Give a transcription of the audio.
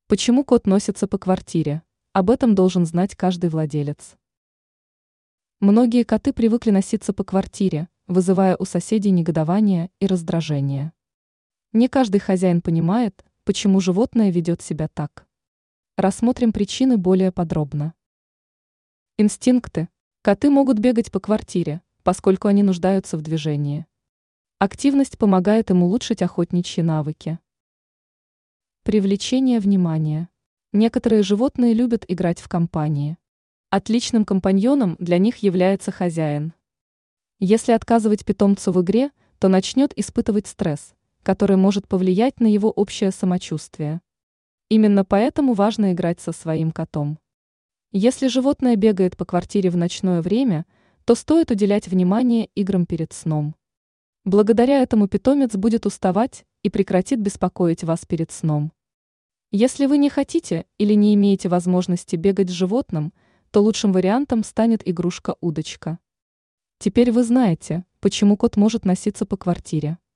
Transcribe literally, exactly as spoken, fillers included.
Почему кот носится по квартире? Об этом должен знать каждый владелец. Многие коты привыкли носиться по квартире, вызывая у соседей негодование и раздражение. Не каждый хозяин понимает, почему животное ведет себя так. Рассмотрим причины более подробно. Инстинкты. Коты могут бегать по квартире, поскольку они нуждаются в движении. Активность помогает им улучшить охотничьи навыки. Привлечение внимания. Некоторые животные любят играть в компании. Отличным компаньоном для них является хозяин. Если отказывать питомцу в игре, то начнет испытывать стресс, который может повлиять на его общее самочувствие. Именно поэтому важно играть со своим котом. Если животное бегает по квартире в ночное время, то стоит уделять внимание играм перед сном. Благодаря этому питомец будет уставать и прекратит беспокоить вас перед сном. Если вы не хотите или не имеете возможности бегать с животным, то лучшим вариантом станет игрушка-удочка. Теперь вы знаете, почему кот может носиться по квартире.